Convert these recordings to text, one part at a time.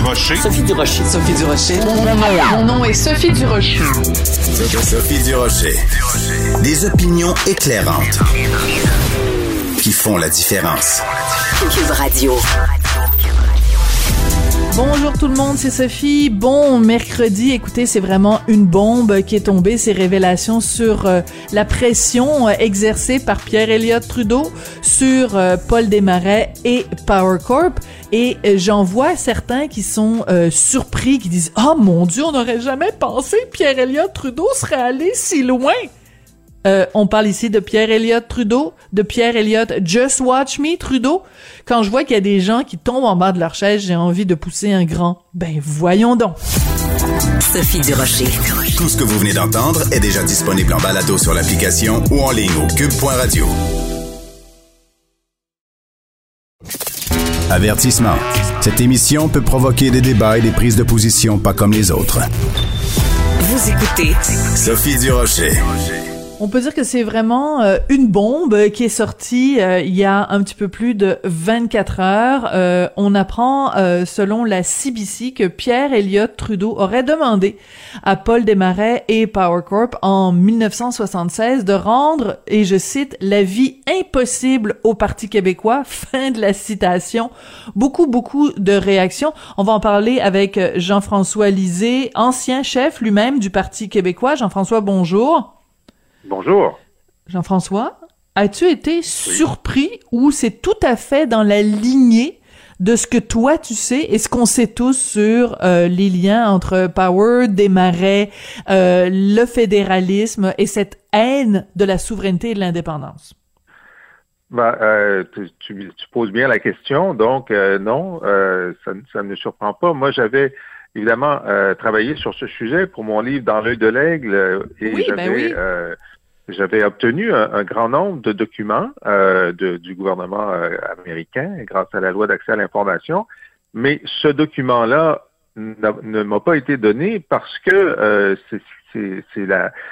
Durocher. Sophie Durocher. Sophie Durocher. Mon nom est Sophie Durocher. Sophie Durocher. Des opinions éclairantes qui font la différence. Cube Radio. Bonjour tout le monde, c'est Sophie. Bon mercredi. Écoutez, c'est vraiment une bombe qui est tombée, ces révélations sur la pression exercée par Pierre Elliott Trudeau sur Paul Desmarais et Power Corp. Et j'en vois certains qui sont surpris, qui disent « Oh mon Dieu, on n'aurait jamais pensé que Pierre Elliott Trudeau serait allé si loin! » On parle ici de Pierre Elliott Trudeau, de Pierre Elliott Just Watch Me Trudeau. Quand je vois qu'il y a des gens qui tombent en bas de leur chaise, j'ai envie de pousser un grand « Ben voyons donc! » Sophie Durocher. Tout ce que vous venez d'entendre est déjà disponible en balado sur l'application ou en ligne au cube.radio. Avertissement. Cette émission peut provoquer des débats et des prises de position pas comme les autres. Vous écoutez Sophie Durocher. On peut dire que c'est vraiment une bombe qui est sortie il y a un petit peu plus de 24 heures. On apprend, selon la CBC, que Pierre Elliott Trudeau aurait demandé à Paul Desmarais et Power Corp en 1976 de rendre, et je cite, « la vie impossible au Parti québécois ». Fin de la citation. Beaucoup de réactions. On va en parler avec Jean-François Lisée, ancien chef lui-même du Parti québécois. Jean-François, bonjour. Bonjour. Jean-François, as-tu été surpris ou c'est tout à fait dans la lignée de ce que toi tu sais et ce qu'on sait tous sur les liens entre Power, Desmarais, le fédéralisme et cette haine de la souveraineté et de l'indépendance? Tu poses bien la question, donc non, ça ne me surprend pas. Moi, j'avais évidemment travaillé sur ce sujet pour mon livre Dans l'œil de l'aigle et j'avais obtenu un grand nombre de documents du gouvernement américain grâce à la loi d'accès à l'information, mais ce document-là ne m'a pas été donné parce que c'est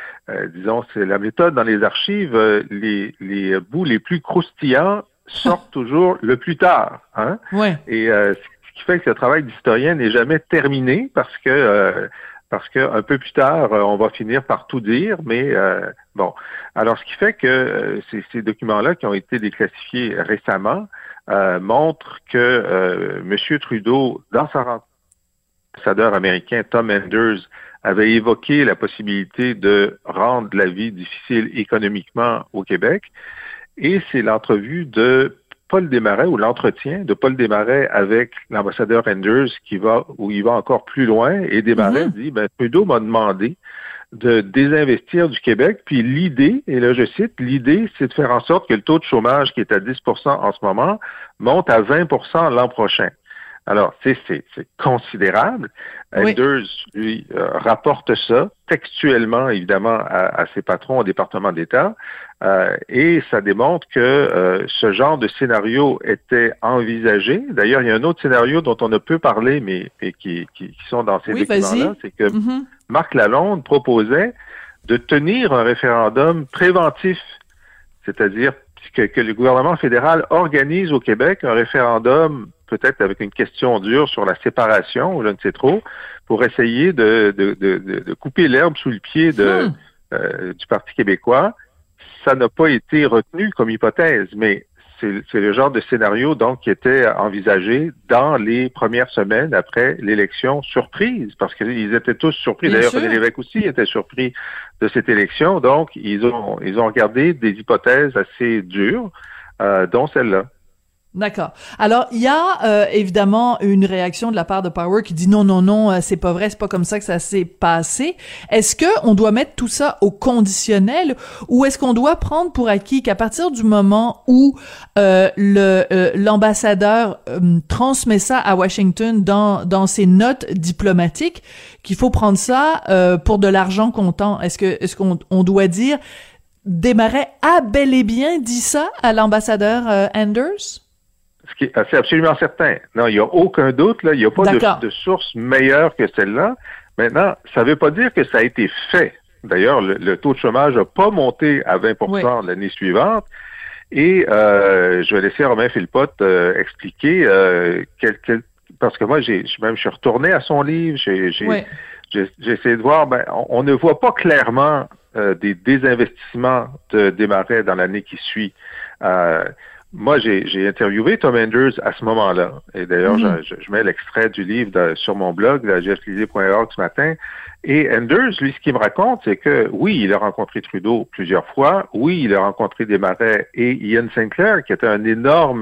la méthode dans les archives, les bouts les plus croustillants sortent toujours le plus tard, hein? Ouais. Et ce qui fait que ce travail d'historien n'est jamais terminé parce que un peu plus tard, on va finir par tout dire, mais bon. Alors, ce qui fait que ces documents-là qui ont été déclassifiés récemment montrent que M. Trudeau, dans sa rencontre, l'ambassadeur américain Tom Enders avait évoqué la possibilité de rendre la vie difficile économiquement au Québec, et c'est l'entrevue de Paul Desmarais, ou l'entretien de Paul Desmarais avec l'ambassadeur Enders où il va encore plus loin, et Desmarais dit, Trudeau m'a demandé de désinvestir du Québec, puis l'idée, et là je cite, l'idée, c'est de faire en sorte que le taux de chômage qui est à 10% en ce moment monte à 20% l'an prochain. Alors, c'est considérable. Oui. Enders, lui, rapporte ça textuellement, évidemment, à ses patrons au département d'État, et ça démontre que ce genre de scénario était envisagé. D'ailleurs, il y a un autre scénario dont on ne peut parler, mais qui sont dans ces documents-là, c'est que Marc Lalonde proposait de tenir un référendum préventif, c'est-à-dire que le gouvernement fédéral organise au Québec un référendum, peut-être avec une question dure sur la séparation, ou je ne sais trop, pour essayer de couper l'herbe sous le pied du Parti québécois. Ça n'a pas été retenu comme hypothèse, mais c'est le genre de scénario donc qui était envisagé dans les premières semaines après l'élection surprise, parce qu'ils étaient tous surpris. Bien D'ailleurs, René Lévesque aussi était surpris de cette élection, donc ils ont regardé des hypothèses assez dures, dont celle-là. D'accord. Alors, il y a évidemment une réaction de la part de Power qui dit non, c'est pas vrai, c'est pas comme ça que ça s'est passé. Est-ce que on doit mettre tout ça au conditionnel ou est-ce qu'on doit prendre pour acquis qu'à partir du moment où l'ambassadeur transmet ça à Washington dans ses notes diplomatiques, qu'il faut prendre ça pour de l'argent comptant? Est-ce qu'on doit dire Desmarais a bel et bien dit ça à l'ambassadeur Enders? C'est absolument certain. Non, il n'y a aucun doute, là. Il n'y a pas de source meilleure que celle-là. Maintenant, ça ne veut pas dire que ça a été fait. D'ailleurs, le taux de chômage n'a pas monté à 20% l'année suivante. Et je vais laisser Romain Philpott expliquer parce que moi, je suis retourné à son livre, j'ai essayé de voir, on ne voit pas clairement des désinvestissements de Desmarais dans l'année qui suit. Moi, j'ai interviewé Tom Enders à ce moment-là. Et d'ailleurs, je mets l'extrait du livre sur mon blog, jefflisée.org ce matin. Et Enders, lui, ce qu'il me raconte, c'est que oui, il a rencontré Trudeau plusieurs fois. Oui, il a rencontré Desmarais et Ian Sinclair, qui était un énorme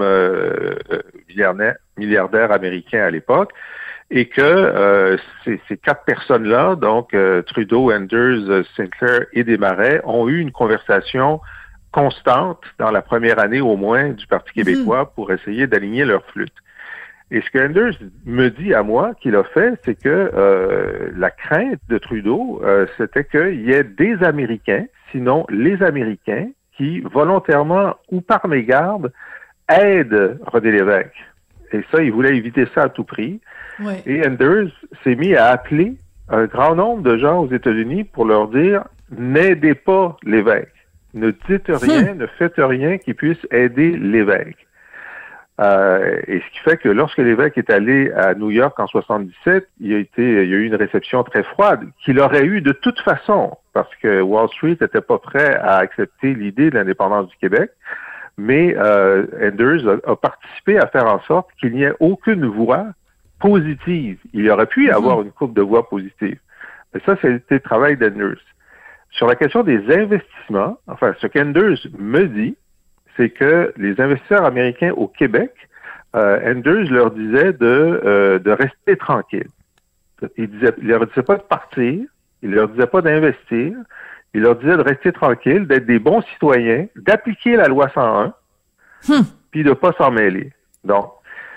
milliardaire américain à l'époque. Et que ces quatre personnes-là, donc Trudeau, Enders, Sinclair et Desmarais, ont eu une conversation constante dans la première année au moins du Parti québécois pour essayer d'aligner leur flûte. Et ce que Enders me dit à moi qu'il a fait, c'est que la crainte de Trudeau, c'était qu'il y ait des Américains, sinon les Américains, qui volontairement ou par mégarde aident René Lévesque. Et ça, il voulait éviter ça à tout prix. Ouais. Et Enders s'est mis à appeler un grand nombre de gens aux États-Unis pour leur dire « N'aidez pas Lévesque. Ne dites rien, ne faites rien qui puisse aider Lévesque. » Et ce qui fait que lorsque Lévesque est allé à New York en 77, il y a eu une réception très froide qu'il aurait eu de toute façon, parce que Wall Street n'était pas prêt à accepter l'idée de l'indépendance du Québec. Mais Enders a participé à faire en sorte qu'il n'y ait aucune voix positive. Il y aurait pu y avoir une couple de voix positives. Mais ça, c'était le travail d'Enders. Sur la question des investissements, enfin, ce qu'Enders me dit, c'est que les investisseurs américains au Québec, Enders leur disait de rester tranquilles. Il leur disait pas de partir, il leur disait pas d'investir, il leur disait de rester tranquilles, d'être des bons citoyens, d'appliquer la loi 101, puis de pas s'en mêler. Donc,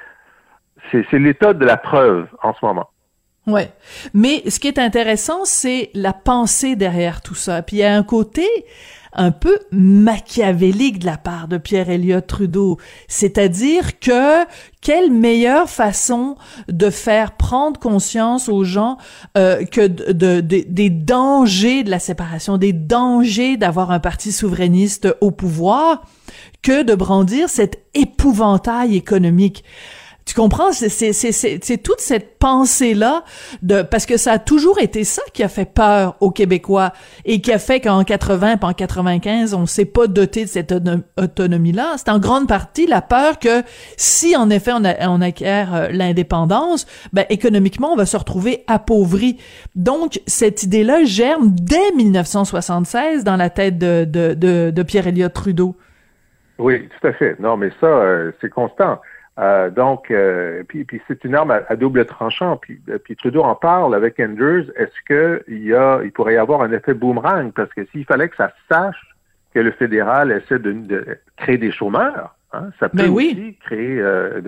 c'est l'état de la preuve en ce moment. Ouais. Mais ce qui est intéressant, c'est la pensée derrière tout ça. Puis il y a un côté un peu machiavélique de la part de Pierre Elliott Trudeau. C'est-à-dire que quelle meilleure façon de faire prendre conscience aux gens que des dangers de la séparation, des dangers d'avoir un parti souverainiste au pouvoir, que de brandir cet épouvantail économique. Tu comprends? C'est toute cette pensée-là parce que ça a toujours été ça qui a fait peur aux Québécois et qui a fait qu'en 80 et en 95, on s'est pas doté de cette autonomie-là. C'est en grande partie la peur que si, en effet, on acquiert l'indépendance, économiquement, on va se retrouver appauvri. Donc, cette idée-là germe dès 1976 dans la tête de Pierre Elliott Trudeau. Oui, tout à fait. Non, mais ça, c'est constant. Donc, puis c'est une arme à double tranchant. Puis Trudeau en parle avec Enders. Est-ce que il pourrait y avoir un effet boomerang? Parce que s'il fallait que ça sache que le fédéral essaie de créer des chômeurs, ça peut aussi créer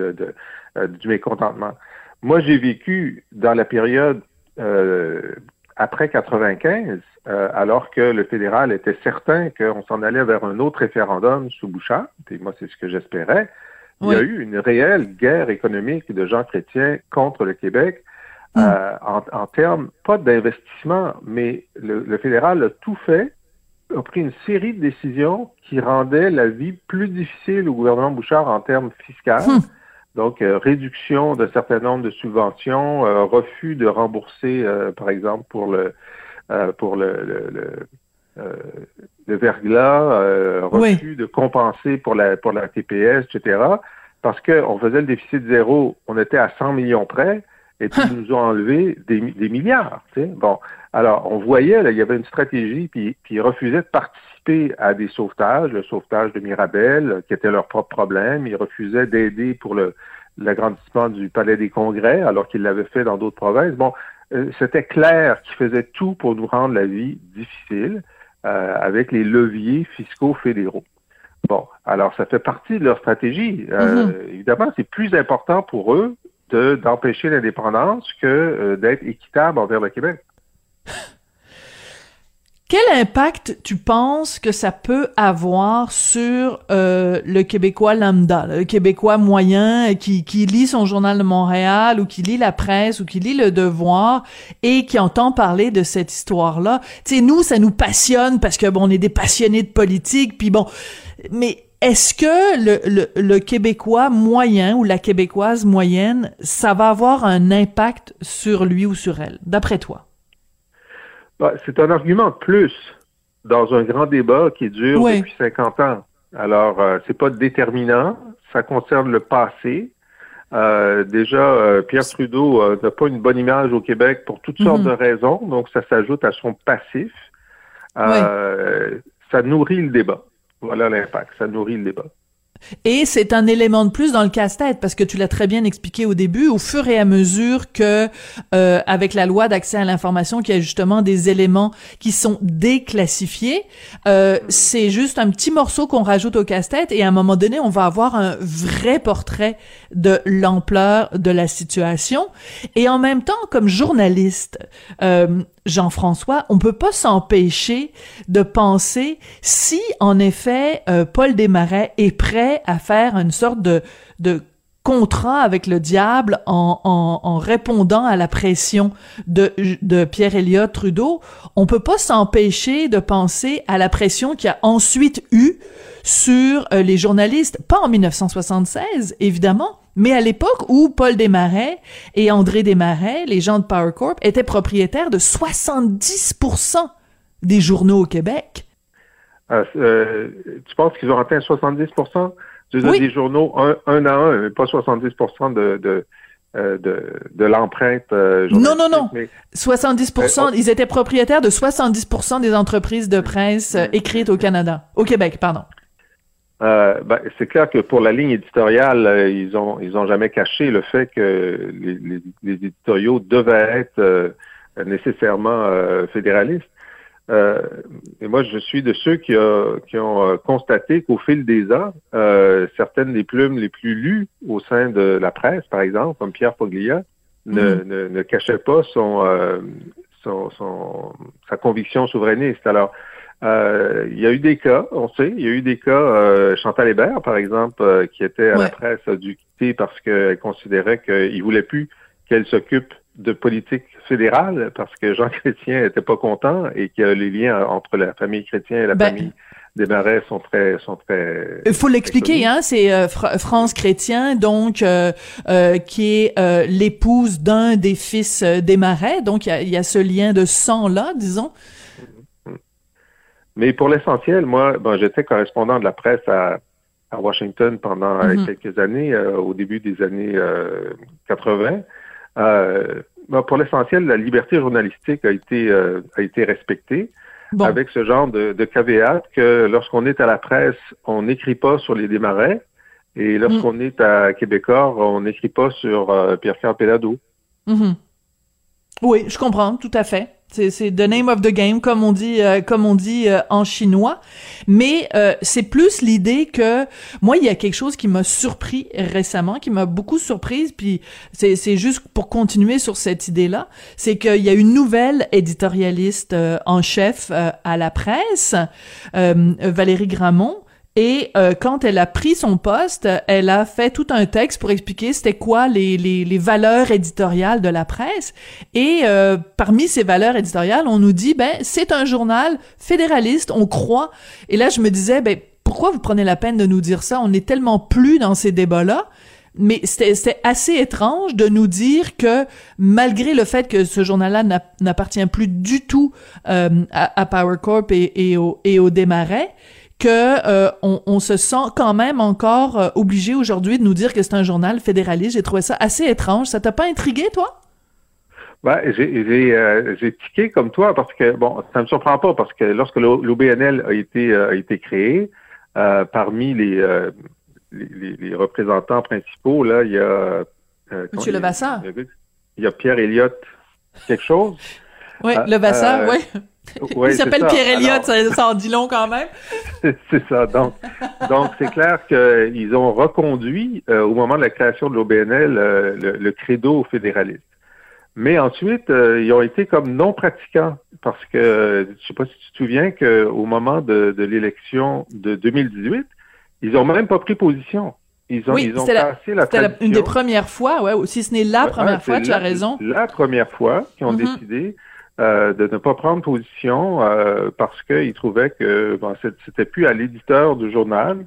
du mécontentement. Moi, j'ai vécu dans la période après 95, alors que le fédéral était certain qu'on s'en allait vers un autre référendum sous Bouchard. Et moi, c'est ce que j'espérais. Il y a eu une réelle guerre économique de gens chrétiens contre le Québec en termes, pas d'investissement, mais le fédéral a tout fait, a pris une série de décisions qui rendaient la vie plus difficile au gouvernement Bouchard en termes fiscaux. Donc, réduction d'un certain nombre de subventions, refus de rembourser, par exemple, pour le verglas, refus de compenser pour la TPS, etc. Parce qu'on faisait le déficit zéro, on était à 100 millions près, et puis ils nous ont enlevé des milliards. Tu sais. Bon, alors on voyait, là, il y avait une stratégie, puis ils refusaient de participer à des sauvetages, le sauvetage de Mirabel, qui était leur propre problème. Ils refusaient d'aider pour l'agrandissement du Palais des Congrès, alors qu'ils l'avaient fait dans d'autres provinces. Bon, c'était clair qu'ils faisaient tout pour nous rendre la vie difficile. Avec les leviers fiscaux fédéraux. Bon, alors ça fait partie de leur stratégie. Évidemment, c'est plus important pour eux d'empêcher l'indépendance que d'être équitable envers le Québec. Quel impact tu penses que ça peut avoir sur le Québécois lambda, le Québécois moyen qui lit son journal de Montréal ou qui lit la presse ou qui lit Le Devoir et qui entend parler de cette histoire-là? Tu sais, nous, ça nous passionne parce que bon, on est des passionnés de politique, puis bon, mais est-ce que le Québécois moyen ou la Québécoise moyenne, ça va avoir un impact sur lui ou sur elle, d'après toi? C'est un argument de plus dans un grand débat qui dure depuis 50 ans. Alors, c'est pas déterminant, ça concerne le passé. Pierre Trudeau n'a pas une bonne image au Québec pour toutes sortes de raisons, donc ça s'ajoute à son passif. Ça nourrit le débat. Voilà l'impact, ça nourrit le débat. Et c'est un élément de plus dans le casse-tête, parce que tu l'as très bien expliqué au début, au fur et à mesure que, avec la loi d'accès à l'information, qu'il y a justement des éléments qui sont déclassifiés, c'est juste un petit morceau qu'on rajoute au casse-tête, et à un moment donné, on va avoir un vrai portrait de l'ampleur de la situation. Et en même temps, comme journaliste, Jean-François, on peut pas s'empêcher de penser si, en effet, Paul Desmarais est prêt à faire une sorte de contrat avec le diable en répondant à la pression de Pierre Elliott Trudeau, on peut pas s'empêcher de penser à la pression qu'il y a ensuite eu sur les journalistes, pas en 1976, évidemment, mais à l'époque où Paul Desmarais et André Desmarais, les gens de Power Corp, étaient propriétaires de 70% des journaux au Québec. Tu penses qu'ils ont atteint 70%? Des journaux un à un, mais pas 70% de l'empreinte journalistique. Non. Mais 70%, ils étaient propriétaires de 70% des entreprises de presse écrites au Canada, au Québec, pardon. C'est clair que pour la ligne éditoriale, ils ont jamais caché le fait que les éditoriaux devaient être nécessairement fédéralistes. Et moi, je suis de ceux qui ont constaté qu'au fil des ans, certaines des plumes les plus lues au sein de la presse, par exemple, comme Pierre Poglia, ne cachaient pas sa conviction souverainiste. Alors, il y a eu des cas, on sait, il y a eu des cas, Chantal Hébert, par exemple, qui était à la presse, a dû quitter parce qu'elle considérait qu'il voulait plus qu'elle s'occupe de politique fédérale parce que Jean Chrétien était pas content et que les liens entre la famille Chrétien et la famille Desmarais sont très. Il faut l'expliquer, hein. C'est France Chrétien, donc qui est l'épouse d'un des fils Desmarais, donc il y a ce lien de sang là, disons. Mais pour l'essentiel, moi, j'étais correspondant de la presse à Washington pendant quelques années, au début des années 80. Pour l'essentiel, la liberté journalistique a été respectée avec ce genre de caveat que lorsqu'on est à la presse, on n'écrit pas sur les Desmarais et lorsqu'on est à Québécois, on n'écrit pas sur Pierre-Carl Péladeau. Oui, je comprends, tout à fait. C'est the name of the game, comme on dit en chinois. Mais c'est plus l'idée que moi, il y a quelque chose qui m'a surpris récemment, qui m'a beaucoup surprise. Puis c'est juste pour continuer sur cette idée-là, c'est qu'il y a une nouvelle éditorialiste en chef à la presse, Valérie Gramont. Et quand elle a pris son poste, elle a fait tout un texte pour expliquer c'était quoi les valeurs éditoriales de la presse. Et parmi ces valeurs éditoriales, on nous dit c'est un journal fédéraliste, on croit. Et là je me disais pourquoi vous prenez la peine de nous dire ça? On est tellement plus dans ces débats-là. Mais c'était assez étrange de nous dire que malgré le fait que ce journal-là n'appartient plus du tout à Power Corp et au Desmarais, que on se sent quand même encore obligé aujourd'hui de nous dire que c'est un journal fédéraliste. J'ai trouvé ça assez étrange. Ça t'a pas intrigué, toi? J'ai tiqué comme toi parce que ça me surprend pas parce que lorsque l'OBNL a été créé, parmi les représentants principaux, là, il y a Monsieur Levasseur. Il y a Pierre Elliott quelque chose. Oui, Levasseur, oui. Il s'appelle Pierre Elliott, ça en dit long quand même. C'est ça. Donc c'est clair qu'ils ont reconduit au moment de la création de l'OBNL le credo fédéraliste. Mais ensuite, ils ont été comme non pratiquants parce que je sais pas si tu te souviens qu'au moment de l'élection de 2018, ils ont même pas pris position. Ils ont cassé la tradition. C'était une des premières fois, si ce n'est la première fois, tu as raison. La première fois qu'ils ont décidé de ne pas prendre position parce qu'ils trouvaient que c'était plus à l'éditeur du journal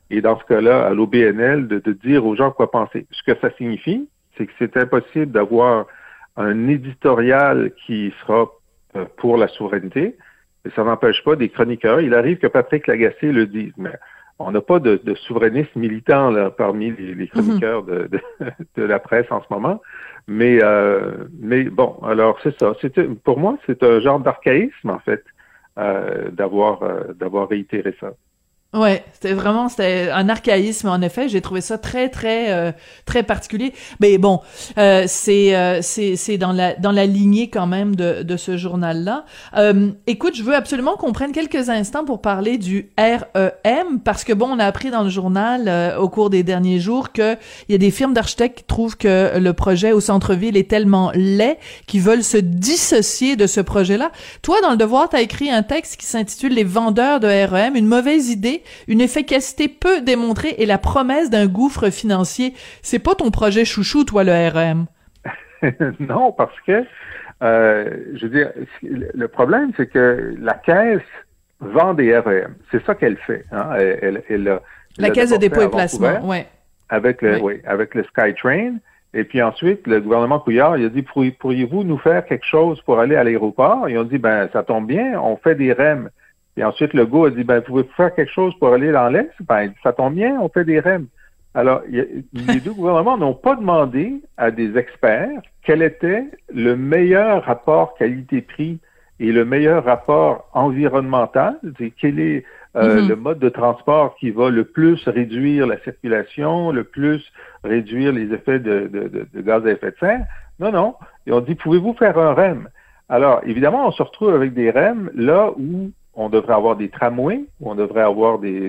et dans ce cas-là, à l'OBNL, de dire aux gens quoi penser. Ce que ça signifie, c'est que c'est impossible d'avoir un éditorial qui sera pour la souveraineté, mais ça n'empêche pas des chroniqueurs. Il arrive que Patrick Lagacé le dise, mais on n'a pas de souverainistes militants là, parmi les chroniqueurs de la presse en ce moment. Mais bon, alors c'est ça. Pour moi, c'est un genre d'archaïsme, en fait, d'avoir réitéré ça. Ouais, c'était un archaïsme en effet. J'ai trouvé ça très très particulier. Mais bon, c'est dans la lignée quand même de ce journal-là. Écoute, je veux absolument qu'on prenne quelques instants pour parler du REM parce que bon, on a appris dans le journal au cours des derniers jours que il y a des firmes d'architectes qui trouvent que le projet au centre-ville est tellement laid qu'ils veulent se dissocier de ce projet-là. Toi, dans Le Devoir, t'as écrit un texte qui s'intitule Les vendeurs de REM, une mauvaise idée, une efficacité peu démontrée et la promesse d'un gouffre financier. C'est pas ton projet chouchou, toi, le REM. Non, parce que, je veux dire, le problème, c'est que la Caisse vend des REM. C'est ça qu'elle fait. Hein? La Caisse de dépôt et placement, oui. Avec le SkyTrain. Et puis ensuite, le gouvernement Couillard, il a dit, pourriez-vous nous faire quelque chose pour aller à l'aéroport? Ils ont dit, ben, ça tombe bien, on fait des REM. Et ensuite, Legault a dit, ben, pouvez-vous faire quelque chose pour aller dans l'Est? Ben, ça tombe bien, on fait des REM. Alors, les deux gouvernements n'ont pas demandé à des experts quel était le meilleur rapport qualité-prix et le meilleur rapport environnemental. Quel est le mode de transport qui va le plus réduire la circulation, le plus réduire les effets de gaz à effet de serre? Non. Ils ont dit, pouvez-vous faire un REM? Alors, évidemment, on se retrouve avec des REM là où on devrait avoir des tramways, où on devrait avoir des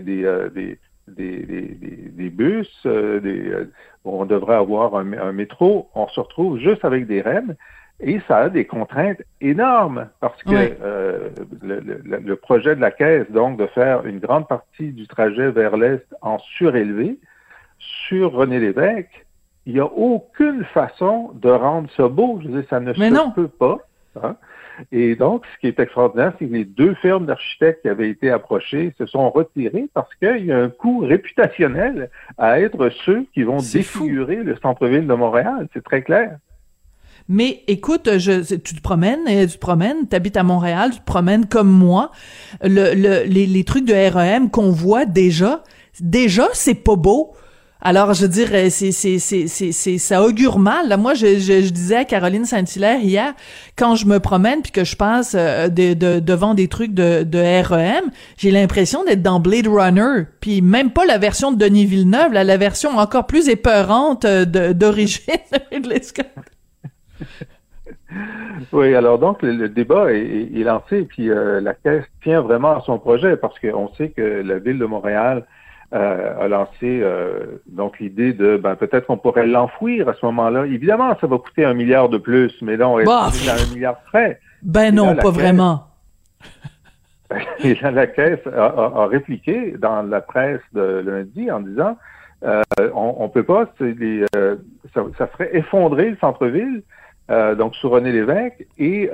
bus, où on devrait avoir un métro. On se retrouve juste avec des REM et ça a des contraintes énormes parce que le projet de la Caisse, donc, de faire une grande partie du trajet vers l'Est en surélevé sur René Lévesque, il n'y a aucune façon de rendre ça beau. Je veux dire, ça ne se peut pas. Hein? Et donc, ce qui est extraordinaire, c'est que les deux firmes d'architectes qui avaient été approchées se sont retirées parce qu'il y a un coût réputationnel à être ceux qui vont défigurer le centre-ville de Montréal. C'est très clair. Mais écoute, tu te promènes, t'habites à Montréal, tu te promènes comme moi. Les trucs de REM qu'on voit déjà, c'est pas beau. Alors, je veux dire, ça augure mal. Là, moi, je disais à Caroline Saint-Hilaire hier, quand je me promène puis que je passe devant des trucs de REM, j'ai l'impression d'être dans Blade Runner. Puis même pas la version de Denis Villeneuve, la version encore plus épeurante d'origine de Ridley Scott. Oui, alors donc le débat est lancé, puis la Caisse tient vraiment à son projet parce qu'on sait que la Ville de Montréal a lancé donc l'idée de peut-être qu'on pourrait l'enfouir à ce moment-là. Évidemment, ça va coûter 1 milliard de plus, mais là, on est à 1 milliard près. Ben non, pas vraiment. Et là, la Caisse a répliqué dans la presse de lundi en disant on peut pas, ça ferait effondrer le centre-ville, donc sur René Lévesque, et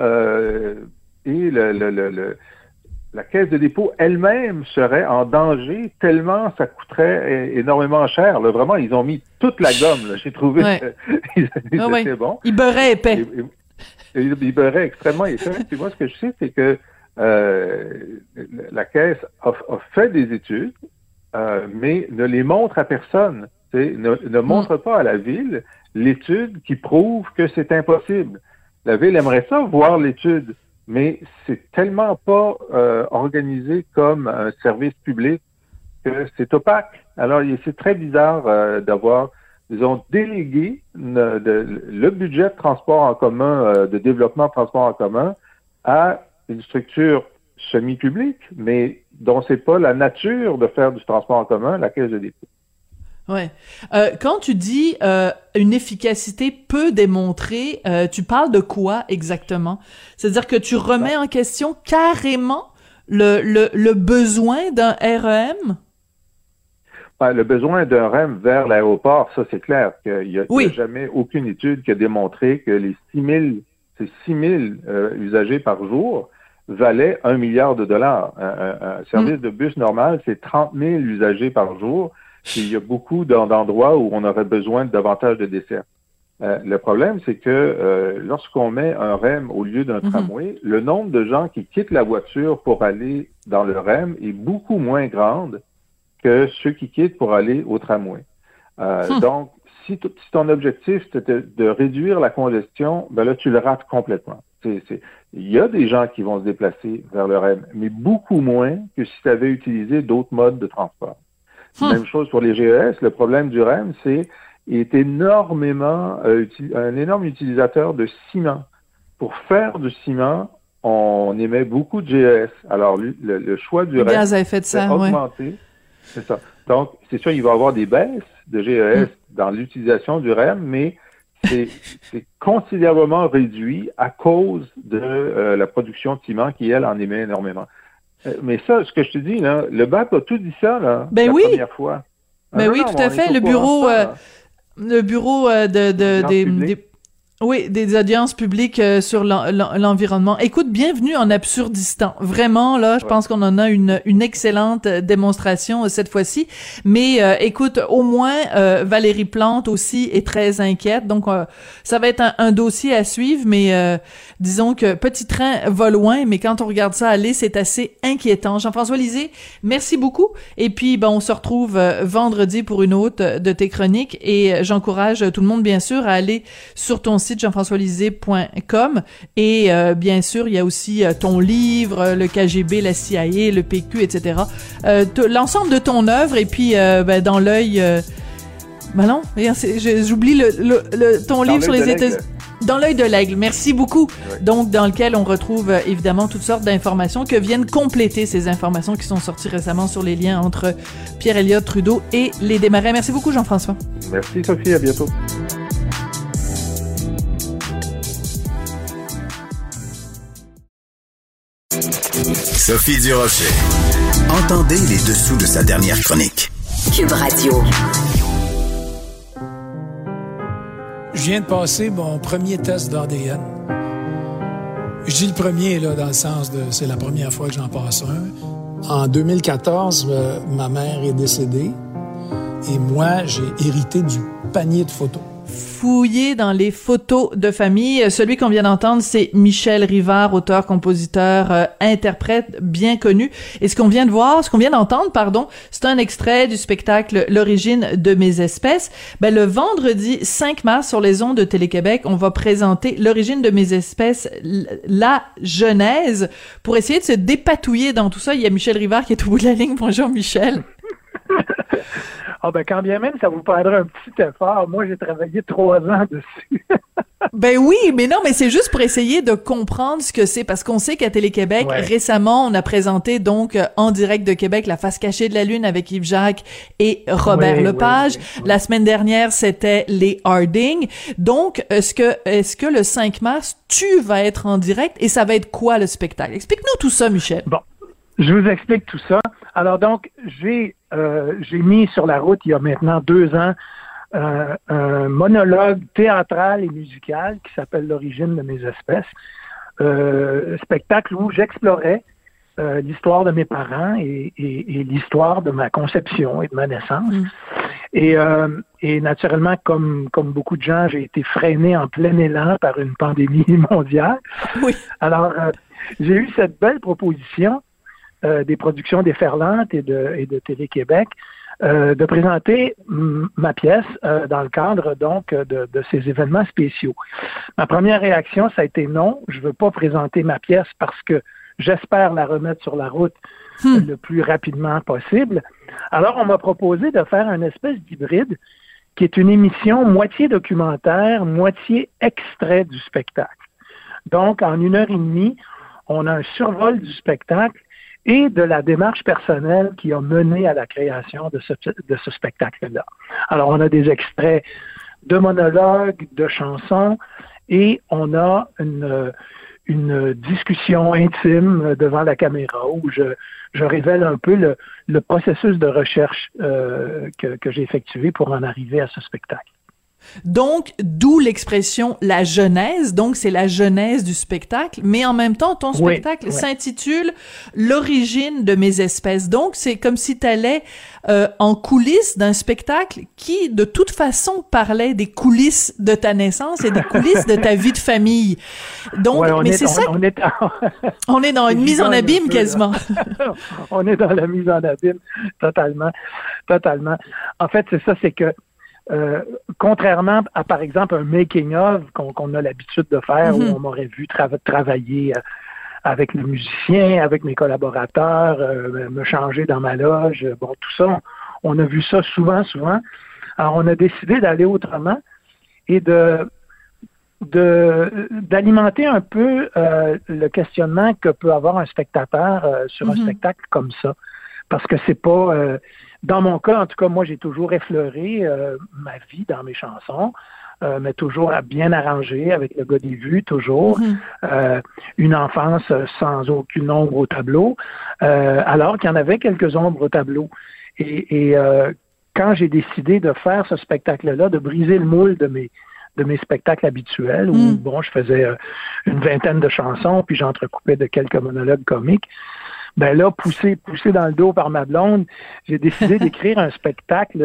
la Caisse de dépôt elle-même serait en danger tellement ça coûterait énormément cher. Là, vraiment, ils ont mis toute la gomme. Là. J'ai trouvé ils étaient bons. Ils beurraient épais. Ils beurraient extrêmement épais. Puis moi, ce que je sais, c'est que la Caisse a fait des études, mais ne les montre à personne. Ne montre pas à la Ville l'étude qui prouve que c'est impossible. La Ville aimerait ça, voir l'étude, mais c'est tellement pas organisé comme un service public que c'est opaque. Alors, c'est très bizarre d'avoir, disons, délégué le budget de transport en commun, de développement de transport en commun, à une structure semi-publique, mais dont c'est pas la nature de faire du transport en commun, la Caisse de dépôt. Ouais. Quand tu dis une efficacité peu démontrée, tu parles de quoi exactement? C'est-à-dire que tu remets en question carrément le besoin d'un REM? Le besoin d'un REM vers l'aéroport, ça c'est clair qu'il n'y a jamais aucune étude qui a démontré que les 6 000 usagers par jour valait $1 milliard. Un service de bus normal, c'est 30 000 usagers par jour. Puis il y a beaucoup d'endroits où on aurait besoin de davantage de desserts. Le problème, c'est que lorsqu'on met un REM au lieu d'un tramway, le nombre de gens qui quittent la voiture pour aller dans le REM est beaucoup moins grand que ceux qui quittent pour aller au tramway. Donc, si ton objectif, c'était de réduire la congestion, ben là, tu le rates complètement. Il y a des gens qui vont se déplacer vers le REM, mais beaucoup moins que si tu avais utilisé d'autres modes de transport. Même chose pour les GES. Le problème du REM, c'est qu'il est énormément un énorme utilisateur de ciment. Pour faire du ciment, on émet beaucoup de GES. Alors, le choix du REM gaz à effet de serre, augmenté. Ouais. C'est ça. Donc, c'est sûr, il va y avoir des baisses de GES dans l'utilisation du REM, mais c'est considérablement réduit à cause de la production de ciment qui, elle, en émet énormément. Mais ça, ce que je te dis, là, le BAP a tout dit ça, là, première fois. Ben oui, tout à fait. Le bureau des audiences publiques sur l'environnement. Écoute, bienvenue en Absurdistan. Vraiment, là, je pense qu'on en a une excellente démonstration cette fois-ci. Mais écoute, au moins, Valérie Plante aussi est très inquiète. Donc, ça va être un dossier à suivre. Mais disons que Petit Train va loin, mais quand on regarde ça aller, c'est assez inquiétant. Jean-François Lisée, merci beaucoup. Et puis, on se retrouve vendredi pour une autre de tes chroniques. Et j'encourage tout le monde, bien sûr, à aller sur ton site jean-françoislisée.com et bien sûr, il y a aussi ton livre, le KGB, la CIA, le PQ, etc. L'ensemble de ton œuvre et puis dans l'œil... non, j'oublie ton livre sur les États-Unis. Dans l'œil de l'aigle. Merci beaucoup. Oui. Donc, dans lequel on retrouve évidemment toutes sortes d'informations que viennent compléter ces informations qui sont sorties récemment sur les liens entre Pierre Elliott Trudeau et les Desmarais. Merci beaucoup, Jean-François. Merci, Sophie. À bientôt. Sophie Durocher. Entendez les dessous de sa dernière chronique. Cube Radio. Je viens de passer mon premier test d'ADN. Je dis le premier, là, dans le sens de c'est la première fois que j'en passe un. En 2014, ma mère est décédée et moi, j'ai hérité du panier de photos. Fouiller dans les photos de famille. Celui qu'on vient d'entendre, c'est Michel Rivard, auteur, compositeur, interprète bien connu. Et ce qu'on vient d'entendre, c'est un extrait du spectacle L'origine de mes espèces. Le vendredi 5 mars, sur les ondes de Télé-Québec, on va présenter L'origine de mes espèces, la genèse. Pour essayer de se dépatouiller dans tout ça, il y a Michel Rivard qui est au bout de la ligne. Bonjour, Michel. Quand bien même, ça vous prendra un petit effort. Moi, j'ai travaillé 3 ans dessus. Oui, mais non, mais c'est juste pour essayer de comprendre ce que c'est, parce qu'on sait qu'à Télé-Québec, récemment, on a présenté donc en direct de Québec La face cachée de la Lune avec Yves Jacques et Robert Lepage. Oui. La semaine dernière, c'était les Harding. Donc, est-ce que le 5 mars, tu vas être en direct et ça va être quoi le spectacle? Explique-nous tout ça, Michel. Bon, je vous explique tout ça. Alors donc, j'ai mis sur la route il y a maintenant 2 ans un monologue théâtral et musical qui s'appelle L'origine de mes espèces. Spectacle où j'explorais l'histoire de mes parents et l'histoire de ma conception et de ma naissance. Et naturellement, comme beaucoup de gens, j'ai été freiné en plein élan par une pandémie mondiale. Oui. Alors, j'ai eu cette belle proposition des productions déferlantes et de Télé-Québec, de présenter ma pièce dans le cadre donc de ces événements spéciaux. Ma première réaction, ça a été non, je veux pas présenter ma pièce parce que j'espère la remettre sur la route le plus rapidement possible. Alors, on m'a proposé de faire une espèce d'hybride qui est une émission moitié documentaire, moitié extrait du spectacle. Donc, en 1h30, on a un survol du spectacle et de la démarche personnelle qui a mené à la création de ce spectacle-là. Alors, on a des extraits de monologues, de chansons, et on a une discussion intime devant la caméra où je révèle un peu le processus de recherche que j'ai effectué pour en arriver à ce spectacle. Donc, d'où l'expression la genèse. Donc, c'est la genèse du spectacle. Mais en même temps, ton spectacle s'intitule L'origine de mes espèces. Donc, c'est comme si t'allais en coulisses d'un spectacle qui, de toute façon, parlait des coulisses de ta naissance et des coulisses de ta vie de famille. Donc, on est dans une mise en abîme quasiment. On est dans la mise en abîme, totalement. En fait, c'est ça, c'est que contrairement à, par exemple, un making-of qu'on a l'habitude de faire, où on m'aurait vu travailler avec le musicien, avec mes collaborateurs, me changer dans ma loge, bon, tout ça, on a vu ça souvent. Alors, on a décidé d'aller autrement et d'alimenter un peu le questionnement que peut avoir un spectateur sur un spectacle comme ça. Parce que c'est pas... dans mon cas, en tout cas, moi, j'ai toujours effleuré ma vie dans mes chansons, mais toujours bien arrangé, avec le gars des vues, toujours. Une enfance sans aucune ombre au tableau, alors qu'il y en avait quelques ombres au tableau. Et quand j'ai décidé de faire ce spectacle-là, de briser le moule de mes spectacles habituels, où, bon, je faisais une vingtaine de chansons, puis j'entrecoupais de quelques monologues comiques, ben là, poussé dans le dos par ma blonde, j'ai décidé d'écrire un spectacle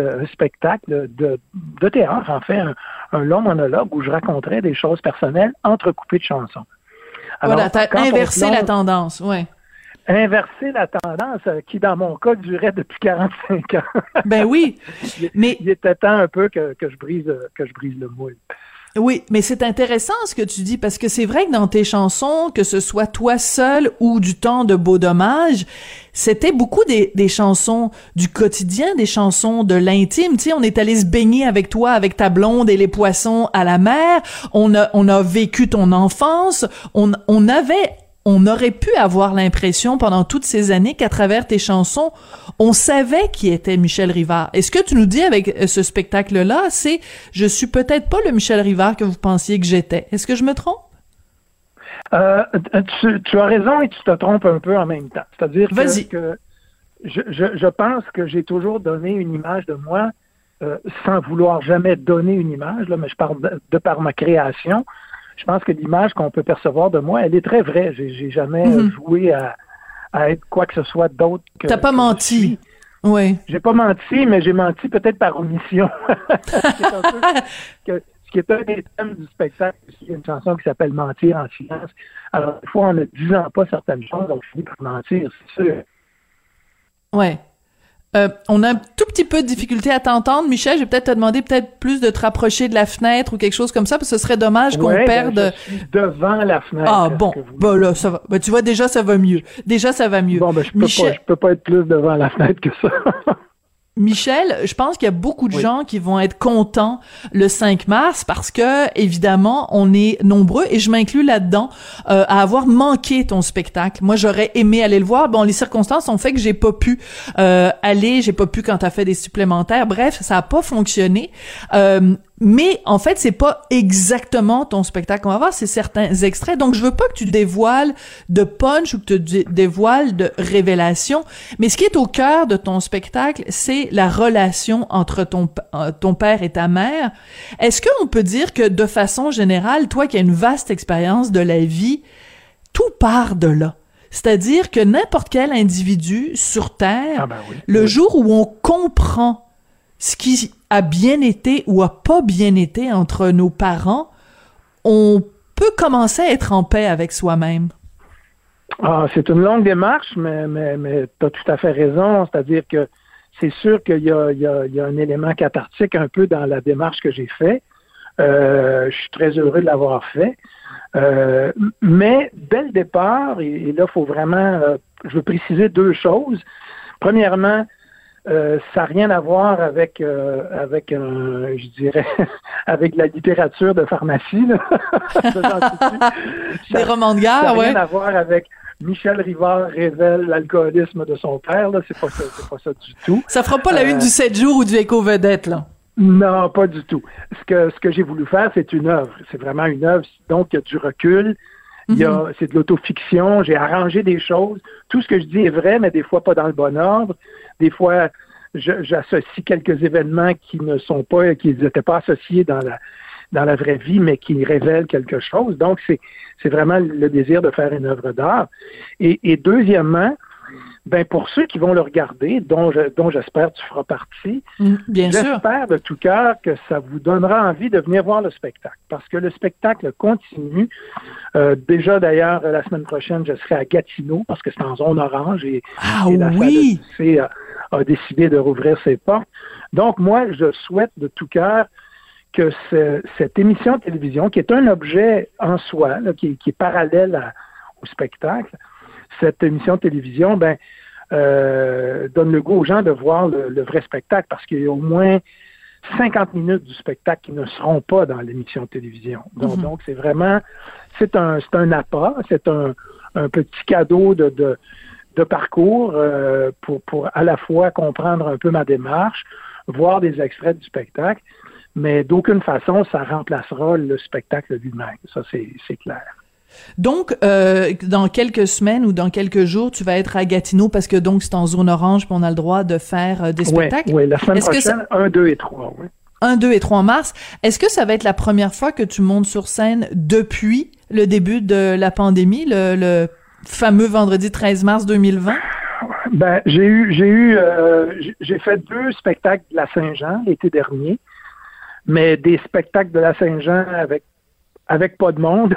de théâtre, en fait, un long monologue où je raconterais des choses personnelles entrecoupées de chansons. Alors, voilà, t'as inversé la tendance, ouais. Inverser la tendance qui, dans mon cas, durait depuis 45 ans. Ben oui, mais... Il était temps un peu que je brise le moule. Oui, mais c'est intéressant ce que tu dis, parce que c'est vrai que dans tes chansons, que ce soit toi seul ou du temps de Beau Dommage, c'était beaucoup des chansons du quotidien, des chansons de l'intime. Tu sais, on est allé se baigner avec toi, avec ta blonde et les poissons à la mer. On a vécu ton enfance. On aurait pu avoir l'impression pendant toutes ces années qu'à travers tes chansons, on savait qui était Michel Rivard. Et ce que tu nous dis avec ce spectacle-là, c'est « Je suis peut-être pas le Michel Rivard que vous pensiez que j'étais ». Est-ce que je me trompe? Tu as raison et tu te trompes un peu en même temps. C'est-à-dire que je pense que j'ai toujours donné une image de moi sans vouloir jamais donner une image, là, mais je parle de par ma création. Je pense que l'image qu'on peut percevoir de moi, elle est très vraie. J'ai jamais joué à être quoi que ce soit d'autre que... T'as pas menti. Oui. J'ai pas menti, mais j'ai menti peut-être par omission. Ce qui est un des thèmes du spectacle. Il y a une chanson qui s'appelle « Mentir en silence ». Alors, des fois, en ne disant pas certaines choses, on finit par mentir, c'est sûr. Ouais. On a un tout petit peu de difficulté à t'entendre, Michel. Je vais peut-être te demander plus de te rapprocher de la fenêtre ou quelque chose comme ça, parce que ce serait dommage qu'on perde... Ben, je suis devant la fenêtre. Ah bon, là, ça va. Ben, tu vois, déjà, ça va mieux. Bon, ben, je peux pas être plus devant la fenêtre que ça. Michel, je pense qu'il y a beaucoup de gens qui vont être contents le 5 mars parce que, évidemment, on est nombreux, et je m'inclus là-dedans, à avoir manqué ton spectacle. Moi, j'aurais aimé aller le voir. Bon, les circonstances ont fait que j'ai pas pu aller, j'ai pas pu quand t'as fait des supplémentaires. Bref, ça a pas fonctionné. Mais en fait, c'est pas exactement ton spectacle qu'on va voir, c'est certains extraits. Donc, je veux pas que tu dévoiles de punch ou que tu dévoiles de révélation. Mais ce qui est au cœur de ton spectacle, c'est la relation entre ton père et ta mère. Est-ce qu'on peut dire que, de façon générale, toi qui as une vaste expérience de la vie, tout part de là? C'est-à-dire que n'importe quel individu sur Terre, le jour où on comprend ce qui a bien été ou a pas bien été entre nos parents, on peut commencer à être en paix avec soi-même. Ah, c'est une longue démarche, mais tu as tout à fait raison. C'est-à-dire que c'est sûr qu'il y a un élément cathartique un peu dans la démarche que j'ai fait. Je suis très heureux de l'avoir fait. Mais dès le départ, et là, il faut vraiment... je veux préciser deux choses. Premièrement, ça n'a rien à voir avec je dirais, avec la littérature de pharmacie. Là. Des romans de guerre, ça n'a rien à voir avec Michel Rivard révèle l'alcoolisme de son père. Là. C'est pas ça du tout. Ça fera pas la une du 7 jours ou du Éco-Vedette, là. Non, pas du tout. Ce que j'ai voulu faire, c'est une œuvre. C'est vraiment une œuvre. Donc, il y a du recul. C'est de l'autofiction. J'ai arrangé des choses. Tout ce que je dis est vrai, mais des fois pas dans le bon ordre. Des fois, j'associe quelques événements qui n'étaient pas associés dans la vraie vie, mais qui révèlent quelque chose. Donc, c'est vraiment le désir de faire une œuvre d'art. Et deuxièmement, ben pour ceux qui vont le regarder, dont j'espère tu feras partie, bien sûr. J'espère de tout cœur que ça vous donnera envie de venir voir le spectacle, parce que le spectacle continue. Déjà, d'ailleurs, la semaine prochaine, je serai à Gatineau, parce que c'est en zone orange, et la salle a décidé de rouvrir ses portes. Donc, moi, je souhaite de tout cœur que cette émission de télévision, qui est un objet en soi, là, qui est parallèle au spectacle, cette émission de télévision, donne le goût aux gens de voir le vrai spectacle, parce qu'il y a au moins 50 minutes du spectacle qui ne seront pas dans l'émission de télévision. Donc c'est vraiment, c'est un appât, c'est un petit cadeau de parcours pour à la fois comprendre un peu ma démarche, voir des extraits du spectacle, mais d'aucune façon ça remplacera le spectacle lui-même. Ça, c'est clair. Donc, dans quelques semaines ou dans quelques jours, tu vas être à Gatineau parce que donc c'est en zone orange puis on a le droit de faire des spectacles. Oui, la semaine prochaine, 1, 2 et 3, oui. 1, 2 et 3 mars. Est-ce que ça va être la première fois que tu montes sur scène depuis le début de la pandémie, le fameux vendredi 13 mars 2020? Ben, j'ai fait 2 spectacles de la Saint-Jean l'été dernier, mais des spectacles de la Saint-Jean avec pas de monde.